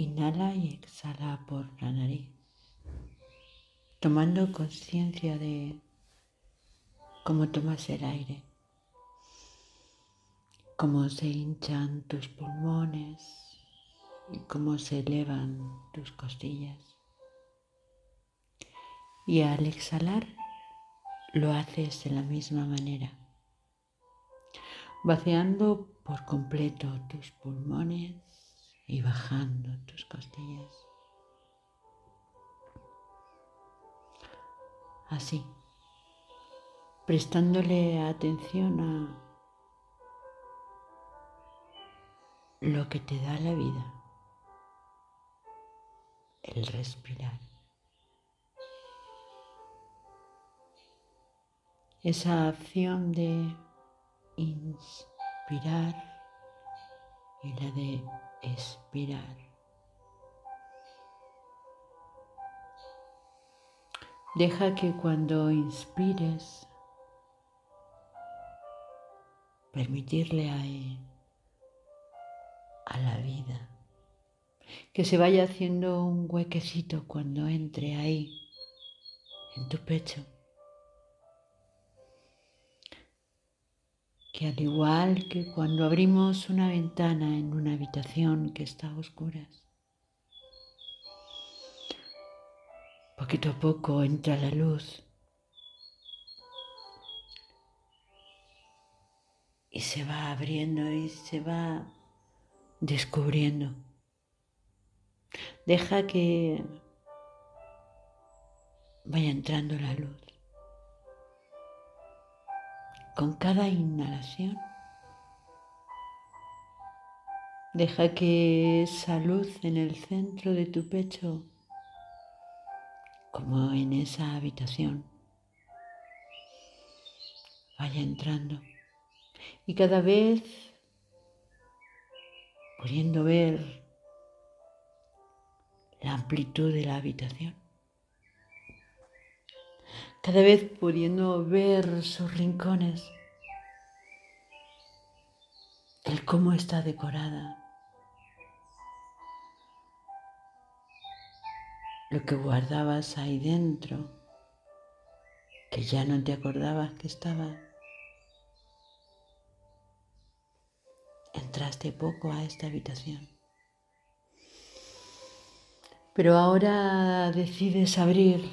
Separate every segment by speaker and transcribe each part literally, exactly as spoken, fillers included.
Speaker 1: Inhala y exhala por la nariz, tomando conciencia de cómo tomas el aire, cómo se hinchan tus pulmones y cómo se elevan tus costillas. Y al exhalar lo haces de la misma manera, vaciando por completo tus pulmones y bajando tus costillas. Así, prestándole atención a lo que te da la vida, el respirar. Esa acción de inspirar y la de expirar. Deja que cuando inspires, permitirle a, a la vida que se vaya haciendo un huequecito cuando entre ahí, en tu pecho. Que al igual que cuando abrimos una ventana en una habitación que está a oscuras, poquito a poco entra la luz y se va abriendo y se va descubriendo. Deja que vaya entrando la luz. Con cada inhalación, deja que esa luz en el centro de tu pecho, como en esa habitación, vaya entrando y cada vez pudiendo ver la amplitud de la habitación, cada vez pudiendo ver sus rincones, el cómo está decorada, lo que guardabas ahí dentro, que ya no te acordabas que estaba. Entraste poco a esta habitación, pero ahora decides abrir,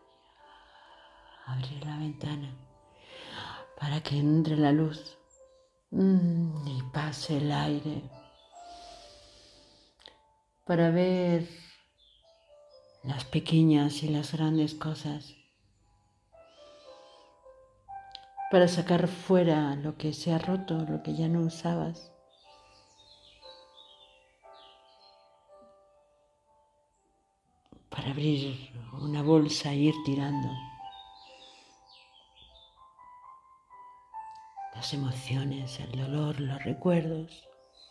Speaker 1: abrir la ventana para que entre la luz mm, y pase el aire, para ver las pequeñas y las grandes cosas, para sacar fuera lo que se ha roto, lo que ya no usabas. Para abrir una bolsa e ir tirando las emociones, el dolor, los recuerdos.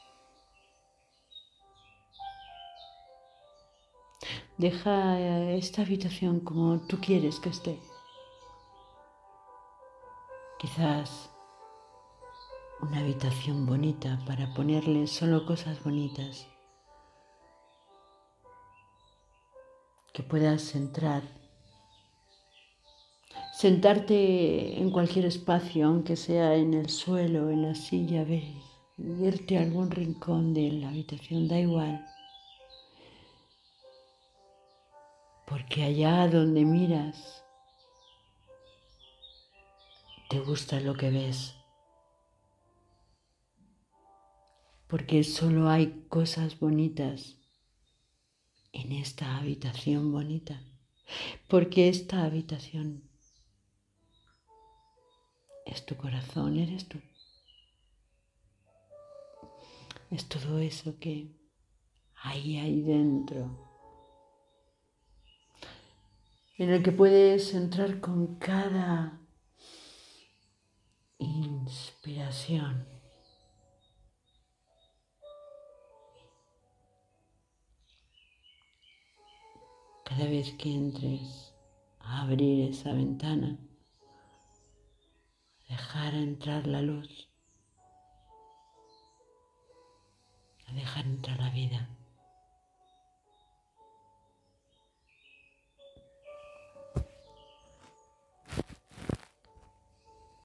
Speaker 1: Deja esta habitación como tú quieres que esté. Quizás una habitación bonita para ponerle solo cosas bonitas. Que puedas entrar, sentarte en cualquier espacio, aunque sea en el suelo, en la silla, ver, irte a algún rincón de la habitación, da igual. Porque allá donde miras, te gusta lo que ves. Porque solo hay cosas bonitas en esta habitación bonita. Porque esta habitación es tu corazón, eres tú. Es todo eso que ahí hay dentro, en el que puedes entrar con cada inspiración. Cada vez que entres a abrir esa ventana, dejar entrar la luz, a dejar entrar la vida.